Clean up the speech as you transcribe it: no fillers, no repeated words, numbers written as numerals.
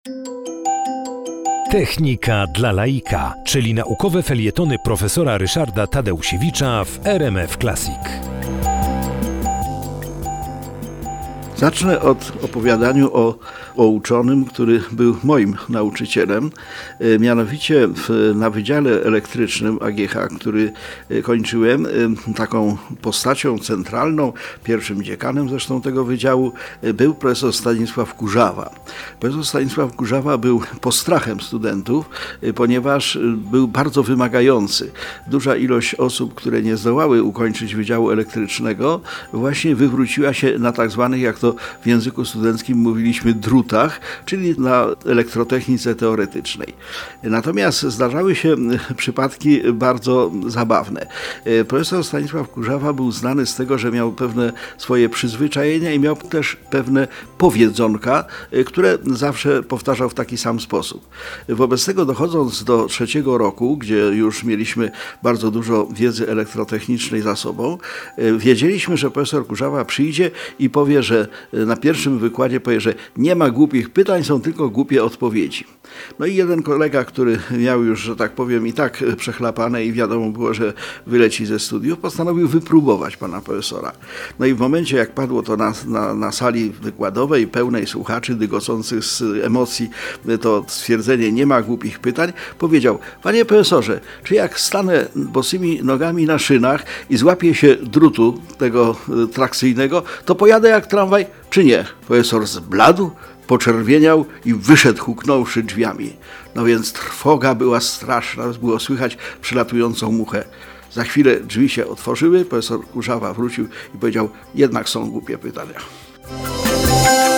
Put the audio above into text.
Technika dla laika, czyli naukowe felietony profesora Ryszarda Tadeusiewicza w RMF Classic. Zacznę od opowiadania o uczonym, który był moim nauczycielem. Mianowicie na Wydziale Elektrycznym AGH, który kończyłem, taką postacią centralną, pierwszym dziekanem zresztą tego wydziału, był profesor Stanisław Kurzawa. Profesor Stanisław Kurzawa był postrachem studentów, ponieważ był bardzo wymagający. Duża ilość osób, które nie zdołały ukończyć Wydziału Elektrycznego, właśnie wywróciła się na tak zwanych, jak to w języku studenckim mówiliśmy, drutach, czyli na elektrotechnice teoretycznej. Natomiast zdarzały się przypadki bardzo zabawne. Profesor Stanisław Kurzawa był znany z tego, że miał pewne swoje przyzwyczajenia i miał też pewne powiedzonka, które zawsze powtarzał w taki sam sposób. Wobec tego, dochodząc do 3. roku, gdzie już mieliśmy bardzo dużo wiedzy elektrotechnicznej za sobą, wiedzieliśmy, że profesor Kurzawa przyjdzie i powie, że na pierwszym wykładzie powie, że nie ma głupich pytań, są tylko głupie odpowiedzi. No i jeden kolega, który miał już, że tak powiem, i tak przechlapane i wiadomo było, że wyleci ze studiów, postanowił wypróbować pana profesora. No i w momencie, jak padło to na sali wykładowej, pełnej słuchaczy, dygocących z emocji, to stwierdzenie nie ma głupich pytań, powiedział: panie profesorze, czy jak stanę bosymi nogami na szynach i złapię się drutu tego trakcyjnego, to pojadę jak tramwaj, czy nie? Profesor zbladł, poczerwieniał i wyszedł, huknąwszy drzwiami. No więc trwoga była straszna, było słychać przylatującą muchę. Za chwilę drzwi się otworzyły, profesor Kurzawa wrócił i powiedział: jednak są głupie pytania.